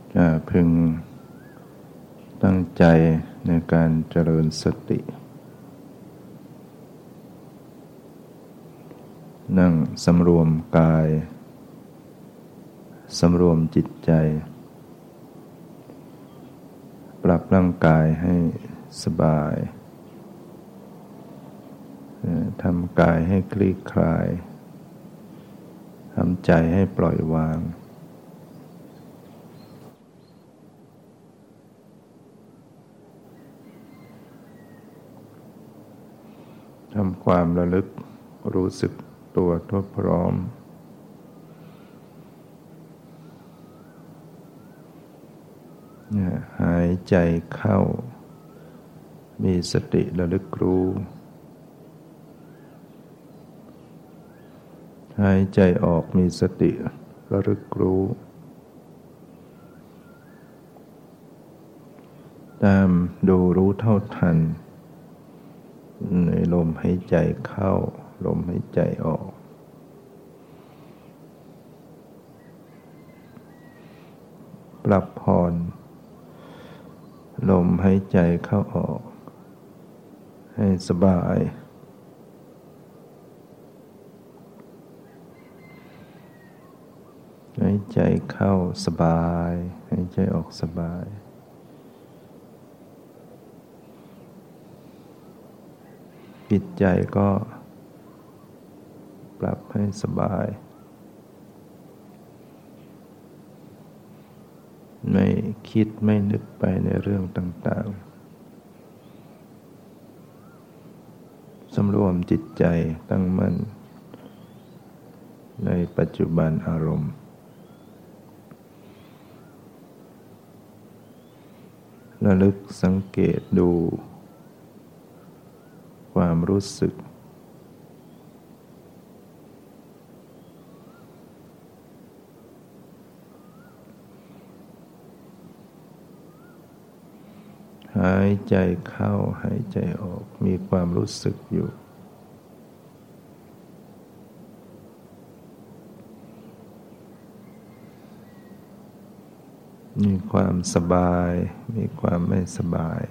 พึงตั้งใจในการเจริญสตินั่งสำรวมกายสำรวมจิตใจปรับร่างกายให้สบายทำกายให้คลี่คลายทำใจให้ปล่อยวางทำความระลึกรู้สึกตัวทั่วพร้อมหายใจเข้ามีสติระลึกรู้หายใจออกมีสติระลึกรู้ตามดูรู้เท่าทันในลมหายใจเข้าลมหายใจออกปรับผ่อนลมหายใจเข้าออกให้สบายหายใจเข้าสบายหายใจออกสบายจิตใจก็ปรับให้สบายไม่คิดไม่นึกไปในเรื่องต่างๆสำรวมจิตใจตั้งมั่นในปัจจุบันอารมณ์ระลึกสังเกตดูความรู้สึกหายใจเข้าหายใจออกมีความรู้สึกอยู่มีความสบายมีความไม่สบาย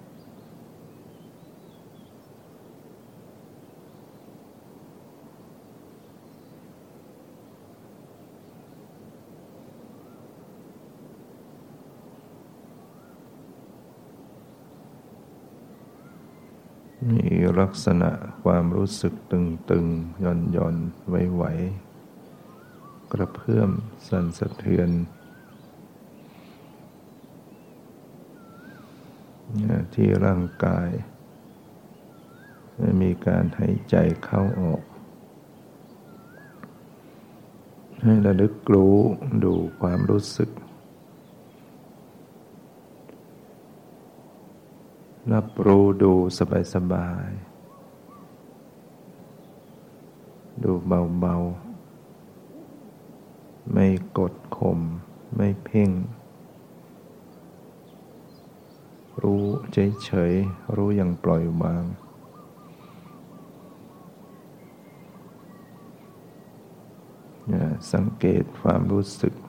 มีลักษณะความรู้สึกตึงๆหย่อนๆไหวๆกระเพื่อมสั่นสะเทือนที่ร่างกายมีการหายใจเข้าออกให้ระลึกรู้ดูความรู้สึกรับรู้ดูสบายๆดูเบาๆไม่กดข่มไม่เพ่งรู้เฉยๆรู้อย่างปล่อยวางสังเกตความรู้สึก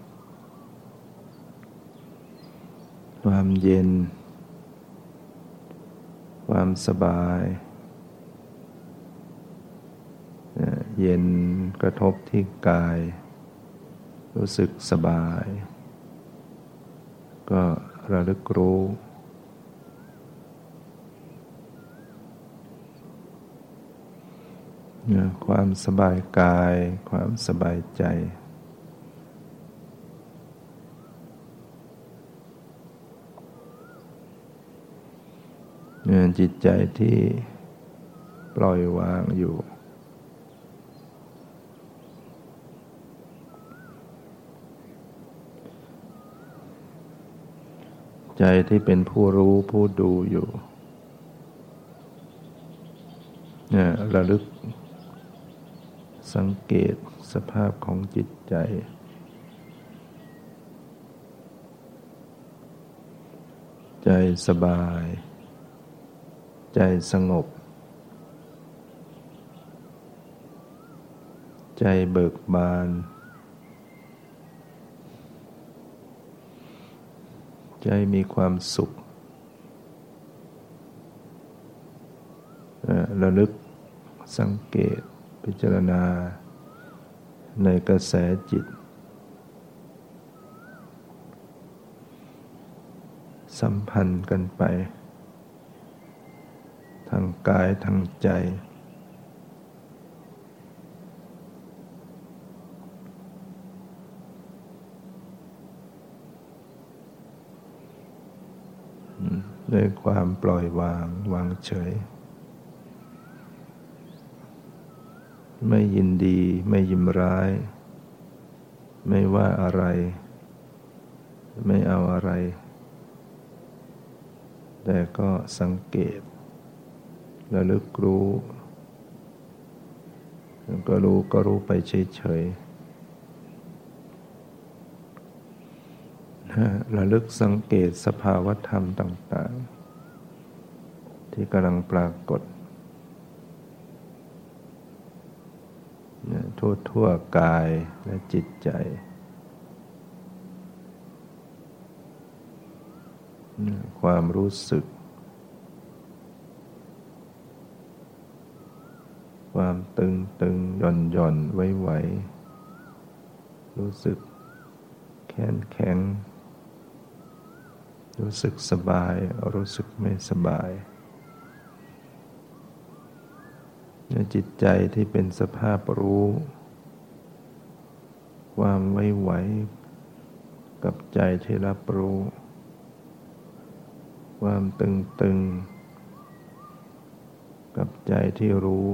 ความเย็นความสบายเย็นกระทบที่กายรู้สึกสบายก็ระลึกรู้ความสบายกายความสบายใจจิตใจที่ปล่อยวางอยู่ใจที่เป็นผู้รู้ผู้ดูอยู่ระลึกสังเกตสภาพของจิตใจใจสบายใจสงบใจเบิกบานใจมีความสุขระลึกสังเกตพิจารณาในกระแสจิตสัมพันธ์กันไปทางกายทางใจด้วยความปล่อยวางวางเฉยไม่ยินดีไม่ยินร้ายไม่ว่าอะไรไม่เอาอะไรแต่ก็สังเกตระลึกรู้ก็รู้ไปเฉยๆระลึกสังเกตสภาวธรรมต่างๆที่กำลังปรากฏทั่วกายและจิตใจความรู้สึกความตึงหย่อนไหวรู้สึกแข็งรู้สึกสบายรู้สึกไม่สบายจิตใจที่เป็นสภาพรู้ความไหวกับใจที่รับรู้ความตึงกับใจที่รู้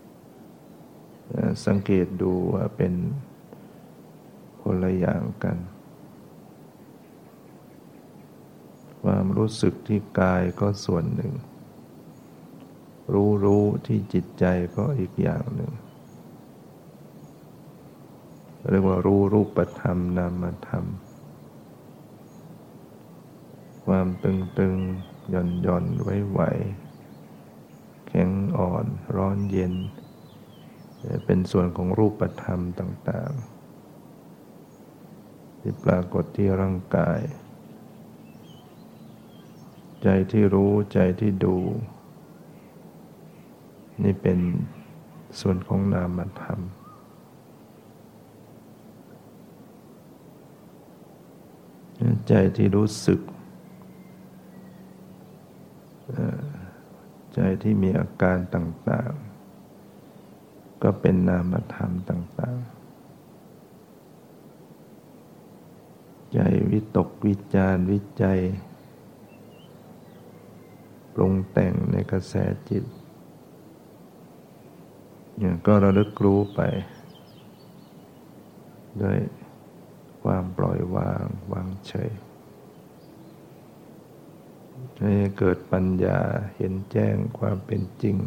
สังเกตดูว่าเป็นคนละอย่างกันความรู้สึกที่กายก็ส่วนหนึ่งรู้ที่จิตใจก็อีกอย่างหนึ่งเรียกว่ารู้รูปธรรมนามธรรมความตึงหย่อนไหวแข็งอ่อนร้อนเย็นเป็นส่วนของรูปธรรมต่างๆที่ปรากฏที่ร่างกายใจที่รู้ใจที่ดูนี่เป็นส่วนของนามธรรมใจที่รู้สึกใจที่มีอาการต่างๆก็เป็นนามธรรมต่างๆใจวิตกวิจารวิจัยปรุงแต่งในกระแสจิตก็ระลึกรู้ไปด้วยความปล่อยวางวางเฉยให้เกิดปัญญาเห็นแจ้งความเป็นจริง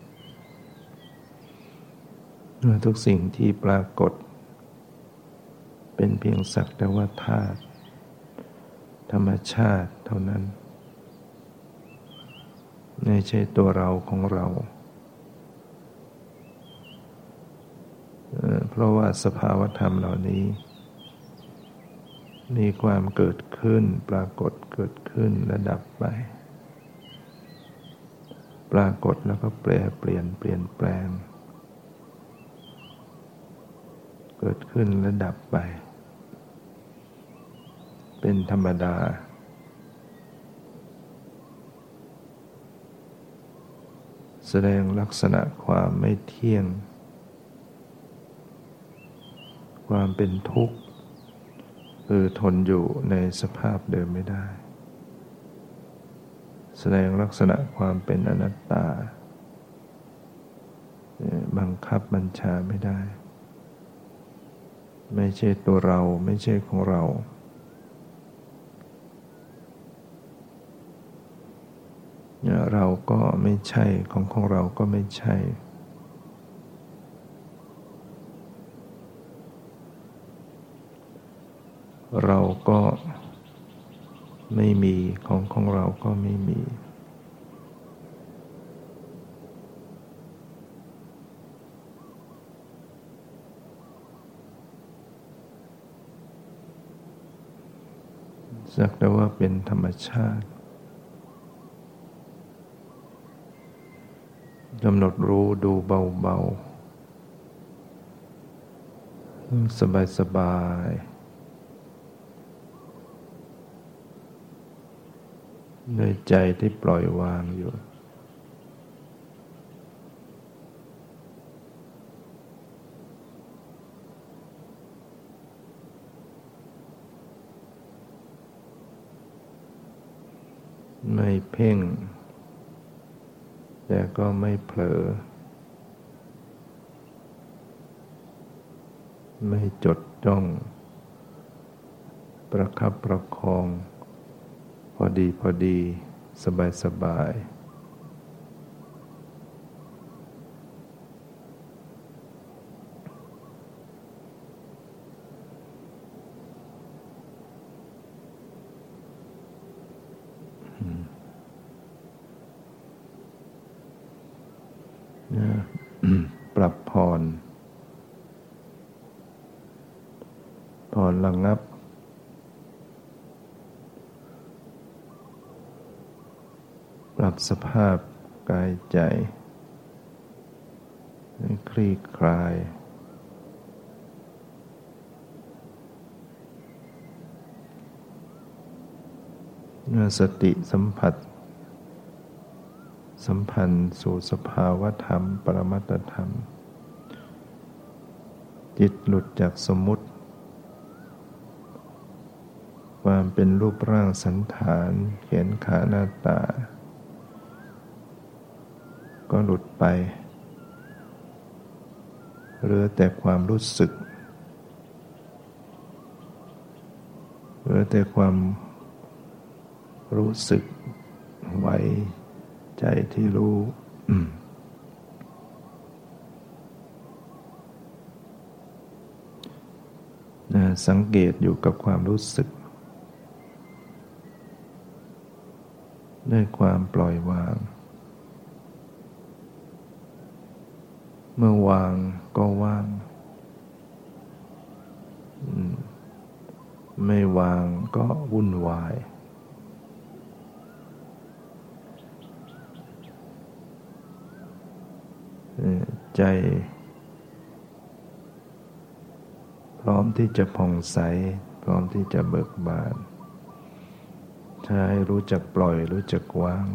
ทุกสิ่งที่ปรากฏเป็นเพียงสักแต่ว่าธาตุธรรมชาติเท่านั้นไม่ใช่ตัวเราของเราเพราะว่าสภาวธรรมเหล่านี้มีความเกิดขึ้นปรากฏเกิดขึ้นและดับไปปรากฏแล้วก็เปลี่ยนแปลงเกิดขึ้นและดับไปเป็นธรรมดาแสดงลักษณะความไม่เที่ยงความเป็นทุกข์คือทนอยู่ในสภาพเดิมไม่ได้แสดงลักษณะความเป็นอนัตตาบังคับบัญชาไม่ได้ไม่ใช่ตัวเราไม่ใช่ของเราเราก็ไม่ใช่ของเราก็ไม่ใช่เราก็ไม่มีของเราก็ไม่มีสักแต่ว่าเป็นธรรมชาติกำหนดรู้ดูเบาๆสบายๆในใจที่ปล่อยวางอยู่ไม่เพ่งแต่ก็ไม่เผลอไม่จดจ้องประคับประคองพอดีสบายปรับผ่อนระงับปรับสภาพกายใจให้คลี่คลายเมื่อสติสัมผัสสัมพันธ์สู่สภาวะธรรมปรมัตถธรรมจิตหลุดจากสมมุติความเป็นรูปร่างสันฐานแขนขาหน้าตาก็หลุดไปเหลือแต่ความรู้สึกเหลือแต่ความรู้สึกไหวใจที่รู้สังเกตอยู่กับความรู้สึกด้วยความปล่อยวางเมื่อวางก็ว่างไม่วางก็วุ่นวายใจพร้อมที่จะผ่องใสพร้อมที่จะเบิกบานใช้รู้จักปล่อยรู้จักวาง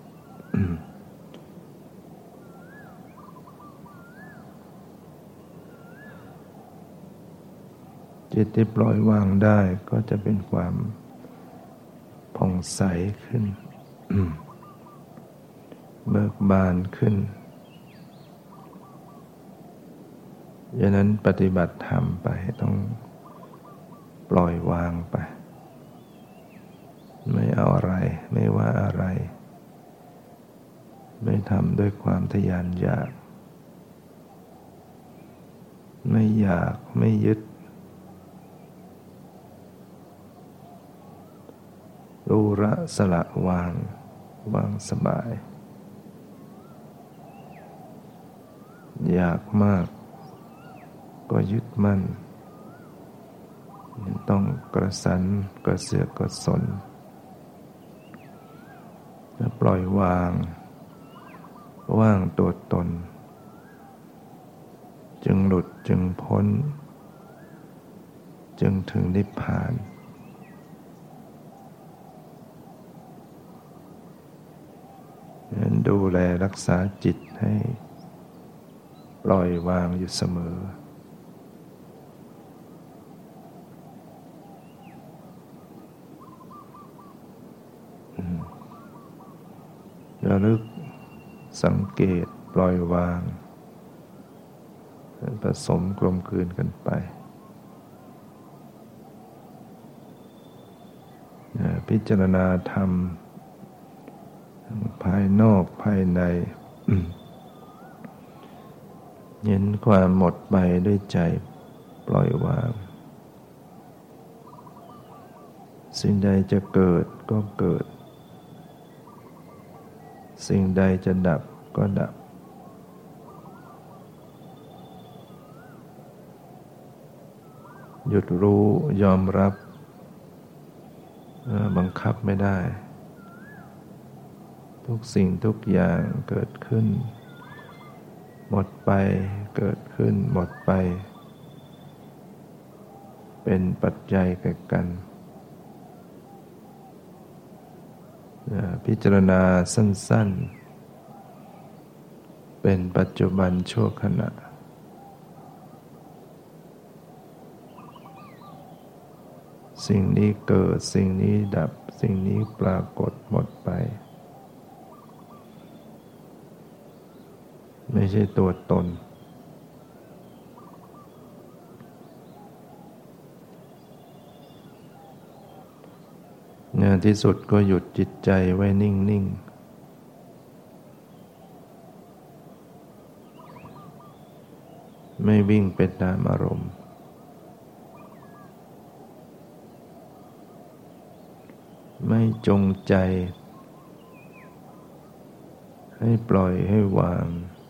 จิตที่ปล่อยวางได้ก็จะเป็นความผ่องใสขึ้นเบิกบานขึ้นดังนั้นปฏิบัติธรรมไปต้องปล่อยวางไปไม่เอาอะไรไม่ว่าอะไรไม่ทำด้วยความทะยานอยากไม่อยากไม่ยึดรู้ละสละวางสบายอยากมากก็ยึดมั่นต้องกระสันกระเสือกกระสนปล่อยวางว่างตัวตนจึงหลุดจึงพ้นจึงถึงนิพพานนั้นดูแลรักษาจิตให้ปล่อยวางอยู่เสมอระลึกสังเกตปล่อยวางผสมกลมกลืนกันไปพิจารณาธรรมภายนอกภายในเห็นความหมดไปด้วยใจปล่อยวางสิ่งใดจะเกิดก็เกิดสิ่งใดจะดับก็ดับหยุดรู้ยอมรับบังคับไม่ได้ทุกสิ่งทุกอย่างเกิดขึ้นหมดไปเกิดขึ้นหมดไปเป็นปัจจัยแก่กันพิจารณาสั้นๆเป็นปัจจุบันชั่วขณะสิ่งนี้เกิดสิ่งนี้ดับสิ่งนี้ปรากฏหมดไปไม่ใช่ตัวตนในที่สุดก็หยุดจิตใจไว้นิ่งๆไม่วิ่งไปตามอารมณ์ไม่จงใจให้ปล่อยให้วาง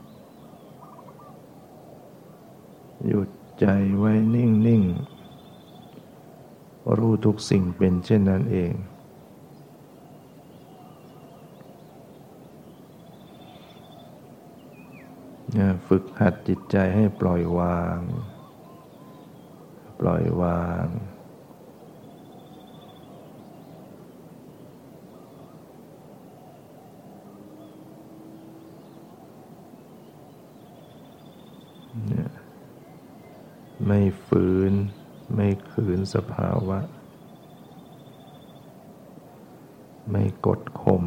หยุดใจไว้นิ่งๆรู้ทุกสิ่งเป็นเช่นนั้นเองฝึกหัดจิตใจให้ปล่อยวางปล่อยวางไม่ฝืนไม่ขืนสภาวะไม่กดข่ม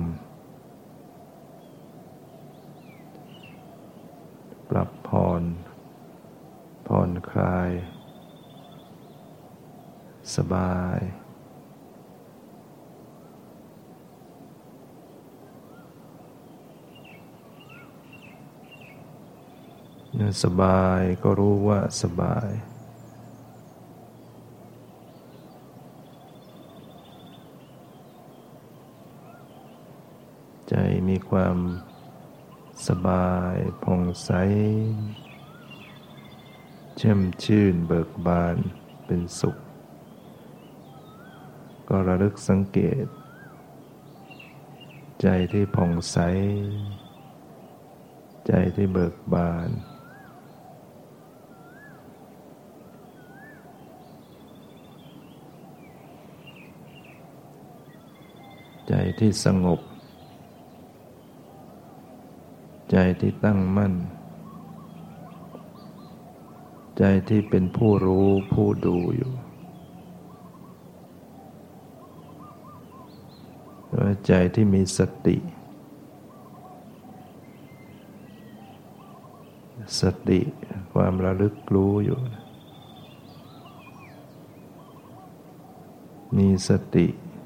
ปรับผ่อนคลายสบายสบายก็รู้ว่าสบายใจมีความสบายผ่องใสแช่มชื่นเบิกบานเป็นสุขก็ระลึกสังเกตใจที่ผ่องใสใจที่เบิกบานใจที่สงบใจที่ตั้งมั่นใจที่เป็นผู้รู้ผู้ดูอยู่ใจที่มีสติความระลึกรู้อยู่มีสติ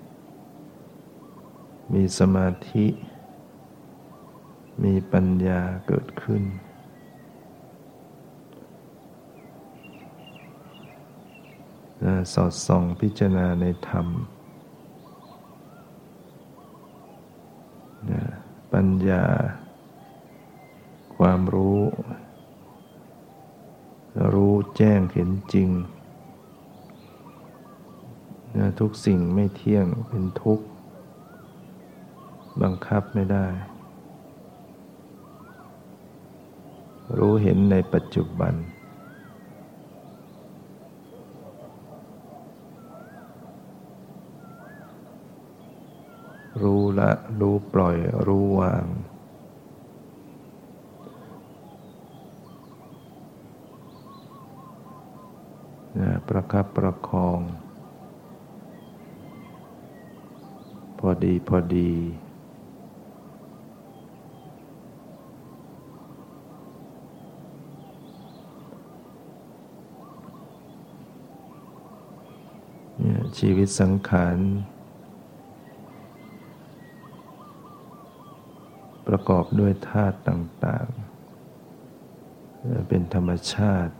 มีสมาธิมีปัญญาเกิดขึ้นสอดส่องพิจารณาในธรรมปัญญาความรู้แจ้งเห็นจริงทุกสิ่งไม่เที่ยงเป็นทุกข์บังคับไม่ได้รู้เห็นในปัจจุบันรู้ละรู้ปล่อยรู้วางประคับประคองพอดีชีวิตสังขารประกอบด้วยธาตุต่างๆเป็นธรรมชาติ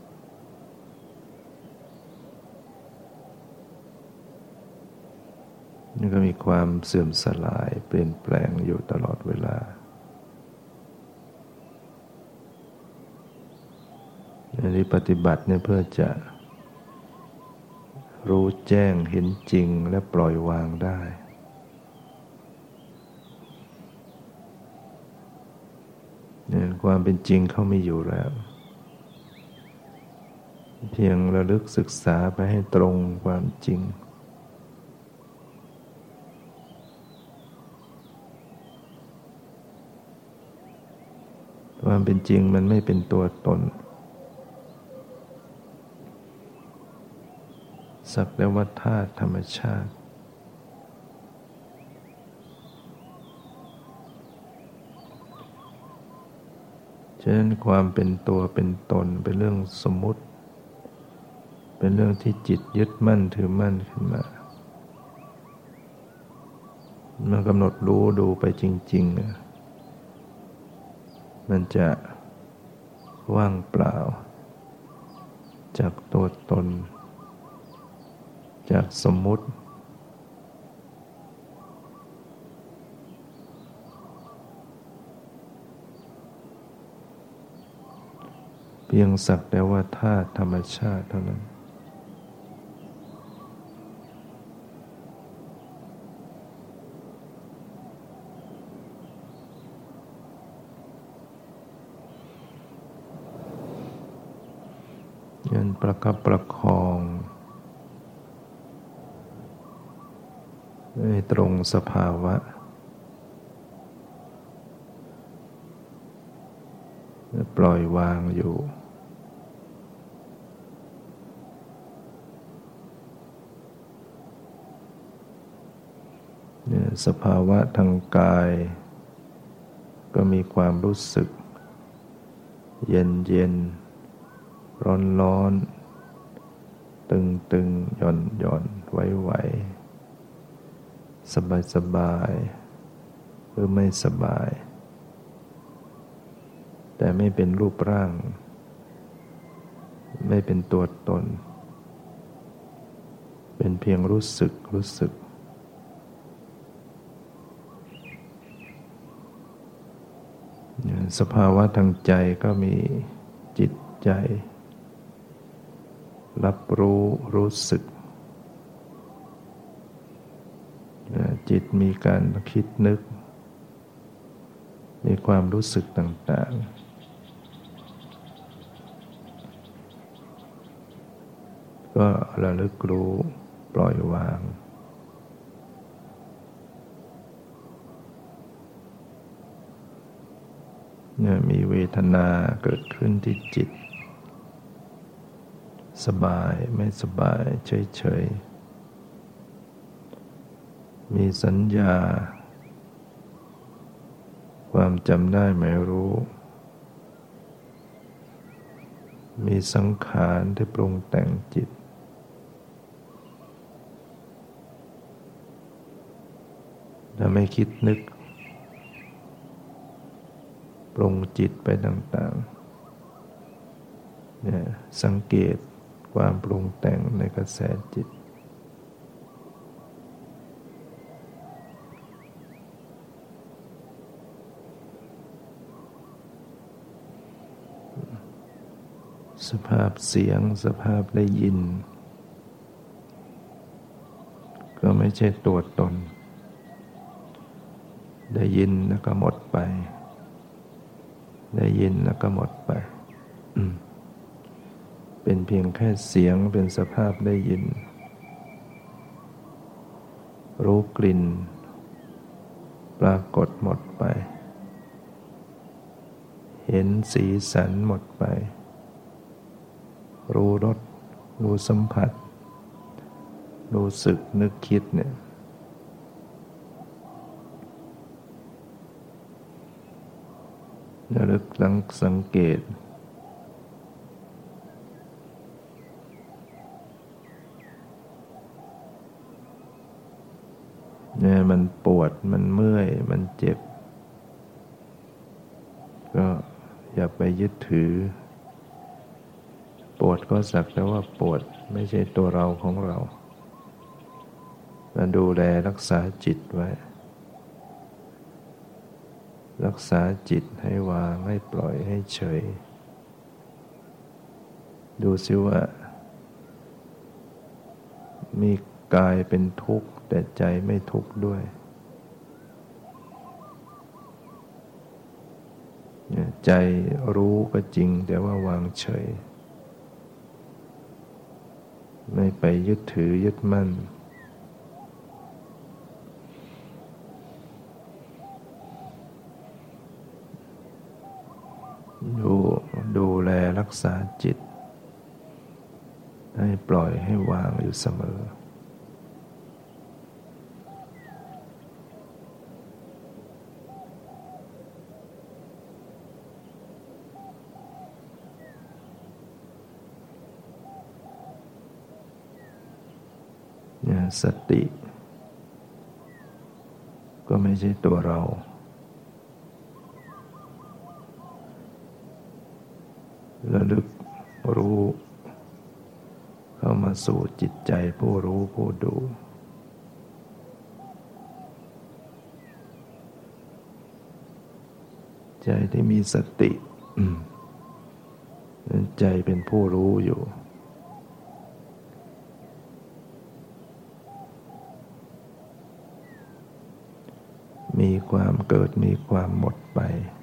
นี่ก็มีความเสื่อมสลายเปลี่ยนแปลงอยู่ตลอดเวลาอันนี้ปฏิบัติเนี่ยเพื่อจะรู้แจ้งเห็นจริงและปล่อยวางได้เนี่ยความเป็นจริงเขาไม่อยู่แล้วเพียงระลึกศึกษาไปให้ตรงความจริงความเป็นจริงมันไม่เป็นตัวตนสักแต่ว่าธาตุธรรมชาติฉะนั้นความเป็นตัวเป็นตนเป็นเรื่องสมมุติเป็นเรื่องที่จิตยึดมั่นถือมั่นขึ้นมาเมื่อกำหนดรู้ดูไปจริงๆมันจะว่างเปล่าจากตัวตนจากสมมุติเพียงสักแต่ว่าธาตุธรรมชาติเท่านั้นยันประคับประคองให้ตรงสภาวะปล่อยวางอยู่สภาวะทางกายก็มีความรู้สึกเย็นเย็นร้อนร้อนตึงตึงหย่อนหย่อนไหวไหวสบายสบายหรือไม่สบายแต่ไม่เป็นรูปร่างไม่เป็นตัวตนเป็นเพียงรู้สึกสภาวะทางใจก็มีจิตใจรับรู้สึกจิตมีการคิดนึกมีความรู้สึกต่างๆก็ระลึกรู้ปล่อยวางมีเวทนาเกิดขึ้นที่จิตสบายไม่สบายเฉยๆมีสัญญาความจำได้ไม่รู้มีสังขารที่ปรุงแต่งจิตถ้าไม่คิดนึกปรุงจิตไปต่างๆเนี่ยสังเกตความปรุงแต่งในกระแสจิตสภาพเสียงสภาพได้ยินก็ไม่ใช่ตัวตนได้ยินแล้วก็หมดไปได้ยินแล้วก็หมดไปเป็นเพียงแค่เสียงเป็นสภาพได้ยินรู้กลิ่นปรากฏหมดไปเห็นสีสันหมดไปรู้รสรู้สัมผัสรู้สึกนึกคิดเนี่ยระลึกสังเกตเนี่ยมันปวดมันเมื่อยมันเจ็บก็อย่าไปยึดถือปวดก็สักแต่ว่าปวดไม่ใช่ตัวเราของเรามาดูแลรักษาจิตไว้รักษาจิตให้วางให้ปล่อยให้เฉยดูซิว่ามีกายเป็นทุกข์แต่ใจไม่ทุกข์ด้วยใจรู้ก็จริงแต่ว่าวางเฉยไม่ไปยึดถือยึดมั่นดูแลรักษาจิตให้ปล่อยให้วางอยู่เสมอสติก็ไม่ใช่ตัวเราระลึกรู้เข้ามาสู่จิตใจผู้รู้ผู้ดูใจที่มีสตินั้นใจเป็นผู้รู้อยู่มีความเกิดมีความหมดไป